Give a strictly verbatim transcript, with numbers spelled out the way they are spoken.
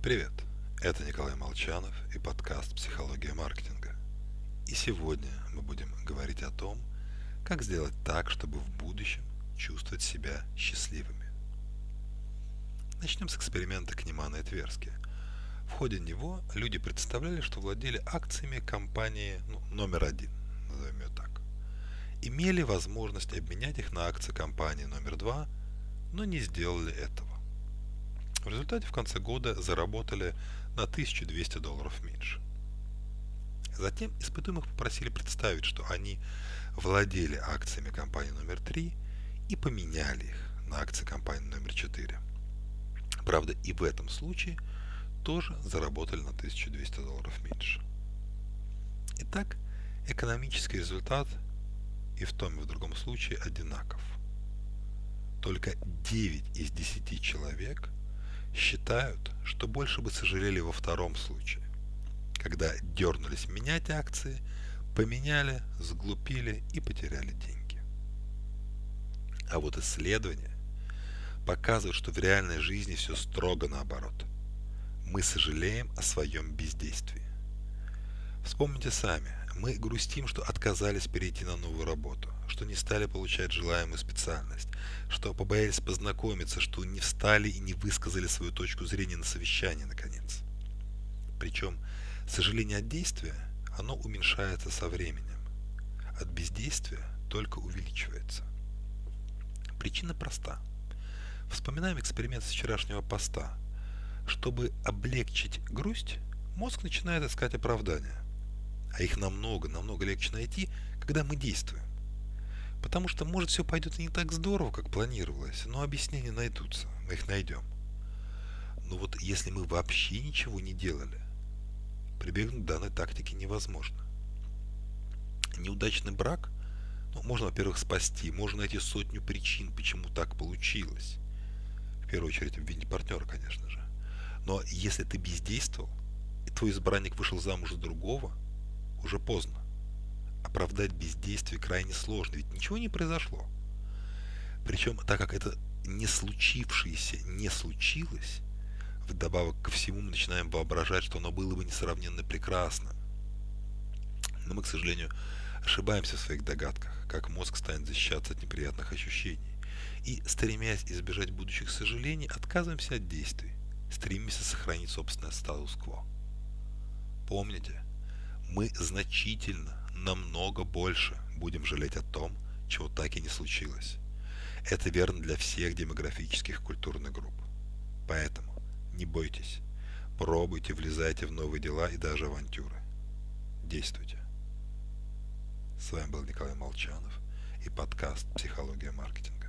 Привет, это Николай Молчанов и подкаст «Психология маркетинга». И сегодня мы будем говорить о том, как сделать так, чтобы в будущем чувствовать себя счастливыми. Начнем с эксперимента Книмана и Тверски. В ходе него люди представляли, что владели акциями компании ну, номер один, назовем ее так. Имели возможность обменять их на акции компании номер два, но не сделали этого. В результате в конце года заработали на тысячу двести долларов меньше. Затем испытуемых попросили представить, что они владели акциями компании номер три и поменяли их на акции компании номер четыре. Правда, и в этом случае тоже заработали на тысячу двести долларов меньше. Итак, экономический результат и в том и в другом случае одинаков. Только девять из десяти человек считают, что больше бы сожалели во втором случае, когда дернулись менять акции, поменяли, сглупили и потеряли деньги. А вот исследования показывают, что в реальной жизни все строго наоборот. Мы сожалеем о своем бездействии. Вспомните сами, мы грустим, что отказались перейти на новую работу, что не стали получать желаемую специальность, что побоялись познакомиться, что не встали и не высказали свою точку зрения на совещании, наконец. Причем сожаление от действия, оно уменьшается со временем. От бездействия только увеличивается. Причина проста. Вспоминаем эксперимент с вчерашнего поста. Чтобы облегчить грусть, мозг начинает искать оправдания. А их намного, намного легче найти, когда мы действуем. Потому что, может, все пойдет не так здорово, как планировалось, но объяснения найдутся, мы их найдем. Но вот если мы вообще ничего не делали, прибегнуть к данной тактике невозможно. Неудачный брак, ну, можно, во-первых, спасти, можно найти сотню причин, почему так получилось. В первую очередь обвинить партнера, конечно же. Но если ты бездействовал, и твой избранник вышел замуж за другого, уже поздно. Оправдать бездействие крайне сложно, ведь ничего не произошло. Причем, так как это не случившееся не случилось, вдобавок ко всему мы начинаем воображать, что оно было бы несравненно прекрасно. Но мы, к сожалению, ошибаемся в своих догадках, как мозг станет защищаться от неприятных ощущений. И, стремясь избежать будущих сожалений, отказываемся от действий, стремимся сохранить собственное статус-кво. Помните, мы значительно, намного больше будем жалеть о том, чего так и не случилось. Это верно для всех демографических и культурных групп. Поэтому не бойтесь, пробуйте, влезайте в новые дела и даже авантюры. Действуйте. С вами был Николай Молчанов и подкаст «Психология маркетинга».